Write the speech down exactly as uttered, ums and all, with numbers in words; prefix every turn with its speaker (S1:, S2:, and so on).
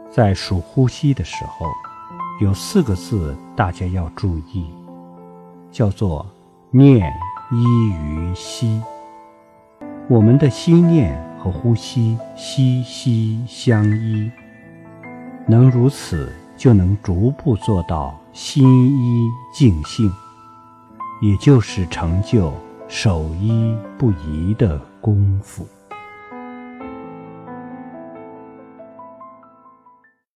S1: 在数呼吸的时候，有四个字大家要注意，叫做念依于息。我们的心念和呼吸息息相依，能如此，就能逐步做到心依静性，也就是成就守一不移的功夫。